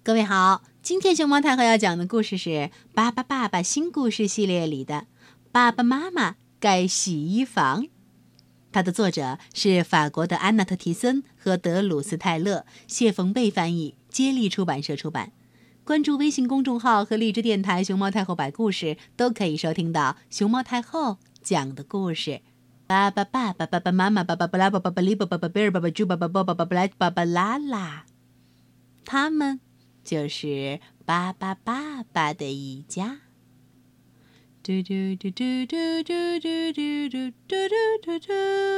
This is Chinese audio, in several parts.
各位好，今天熊猫太后要讲的故事是《巴巴爸爸新故事系列》里的《爸爸妈妈盖洗衣房》。它的作者是法国的安娜特·提森和德鲁斯泰勒，谢冯贝翻译，接力出版社出版。关注微信公众号和荔枝电台熊猫太后摆故事，都可以收听到熊猫太后讲的故事。爸爸爸爸爸爸妈妈爸爸布拉爸爸里爸爸贝尔爸爸猪爸爸爸爸爸布莱爸爸拉拉，他们就是巴巴爸爸的一家。嘟嘟嘟嘟嘟嘟嘟嘟嘟嘟嘟嘟。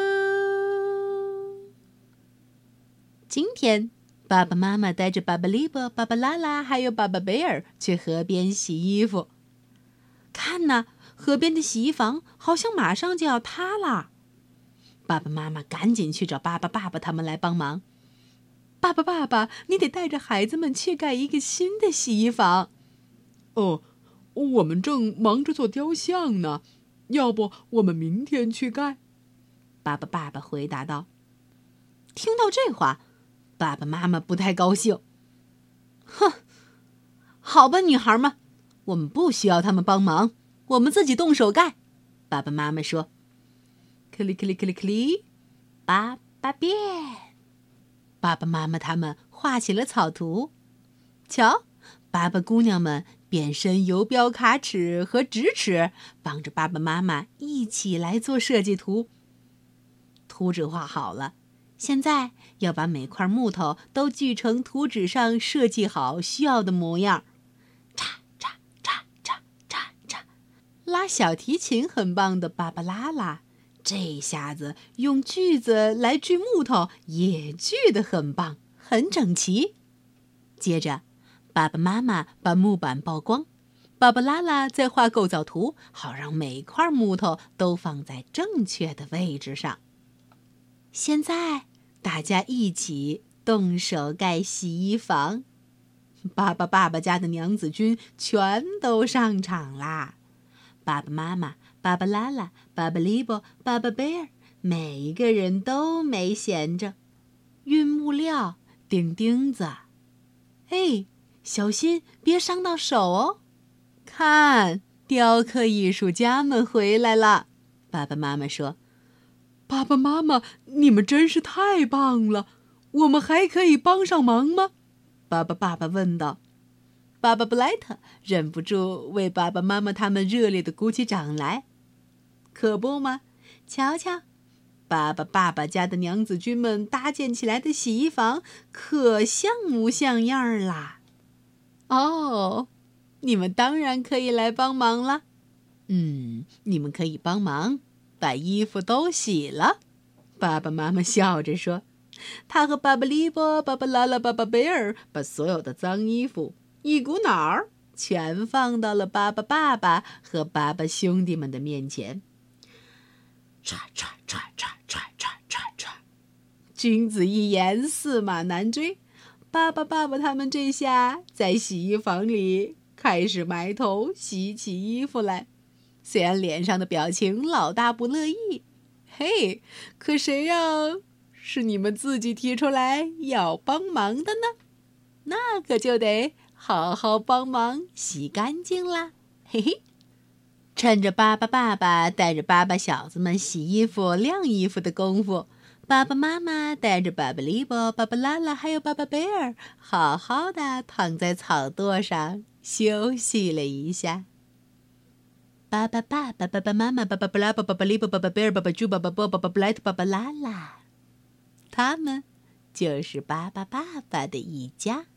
今天，爸爸妈妈带着爸爸利伯、爸爸拉拉还有爸爸贝尔去河边洗衣服。看呐，河边的洗衣房好像马上就要塌了。爸爸妈妈赶紧去找巴巴爸爸他们来帮忙。爸爸爸爸，你得带着孩子们去盖一个新的洗衣房。 哦，我们正忙着做雕像呢，要不我们明天去盖？ 爸爸爸爸回答道。听到这话，爸爸妈妈不太高兴。哼，好吧，女孩们，我们不需要他们帮忙，我们自己动手盖。爸爸妈妈说。克里克里克里克里，爸爸变。爸爸妈妈他们画起了草图。瞧，爸爸姑娘们变身游标卡尺和直尺，帮着爸爸妈妈一起来做设计图。图纸画好了，现在要把每块木头都锯成图纸上设计好需要的模样。嚓嚓嚓嚓嚓嚓，拉小提琴很棒的芭芭拉拉，这下子用锯子来锯木头也锯得很棒，很整齐。接着，爸爸妈妈把木板曝光，芭芭拉拉再画构造图，好让每块木头都放在正确的位置上。现在，大家一起动手盖洗衣房。爸爸爸爸家的娘子军全都上场啦！爸爸妈妈、芭芭拉拉、爸爸利伯、爸爸贝尔，每一个人都没闲着，运木料、钉钉子。嘿，小心别伤到手哦！看，雕刻艺术家们回来了。爸爸妈妈说：“ 爸爸妈妈，你们真是太棒了！我们还可以帮上忙吗？” 爸爸爸爸问道。爸爸布莱特忍不住为爸爸妈妈他们热烈地鼓起掌来。可不嘛，瞧瞧，爸爸爸爸家的娘子军们搭建起来的洗衣房可像模像样啦。哦，你们当然可以来帮忙了。你们可以帮忙把衣服都洗了。爸爸妈妈笑着说。他和爸爸利伯、爸爸拉拉、爸爸贝尔把所有的脏衣服一股脑儿全放到了爸爸爸爸和爸爸兄弟们的面前。唰唰唰唰唰唰唰唰，君子一言，驷马难追。爸爸爸爸他们这下在洗衣房里开始埋头洗起衣服来，虽然脸上的表情老大不乐意，嘿，可谁让是你们自己提出来要帮忙的呢？那可就得好好帮忙洗干净啦，嘿嘿。趁着巴巴爸爸带着巴巴小子们洗衣服、晾衣服的功夫，爸爸妈妈带着爸爸利伯、爸爸拉拉还有爸爸贝尔，好好的躺在草垛上休息了一下。爸爸爸爸、爸爸妈妈、爸爸布拉、爸爸利伯、爸爸贝尔、爸爸猪、爸爸波、爸爸布莱特、爸爸拉拉，他们就是巴巴爸爸的一家。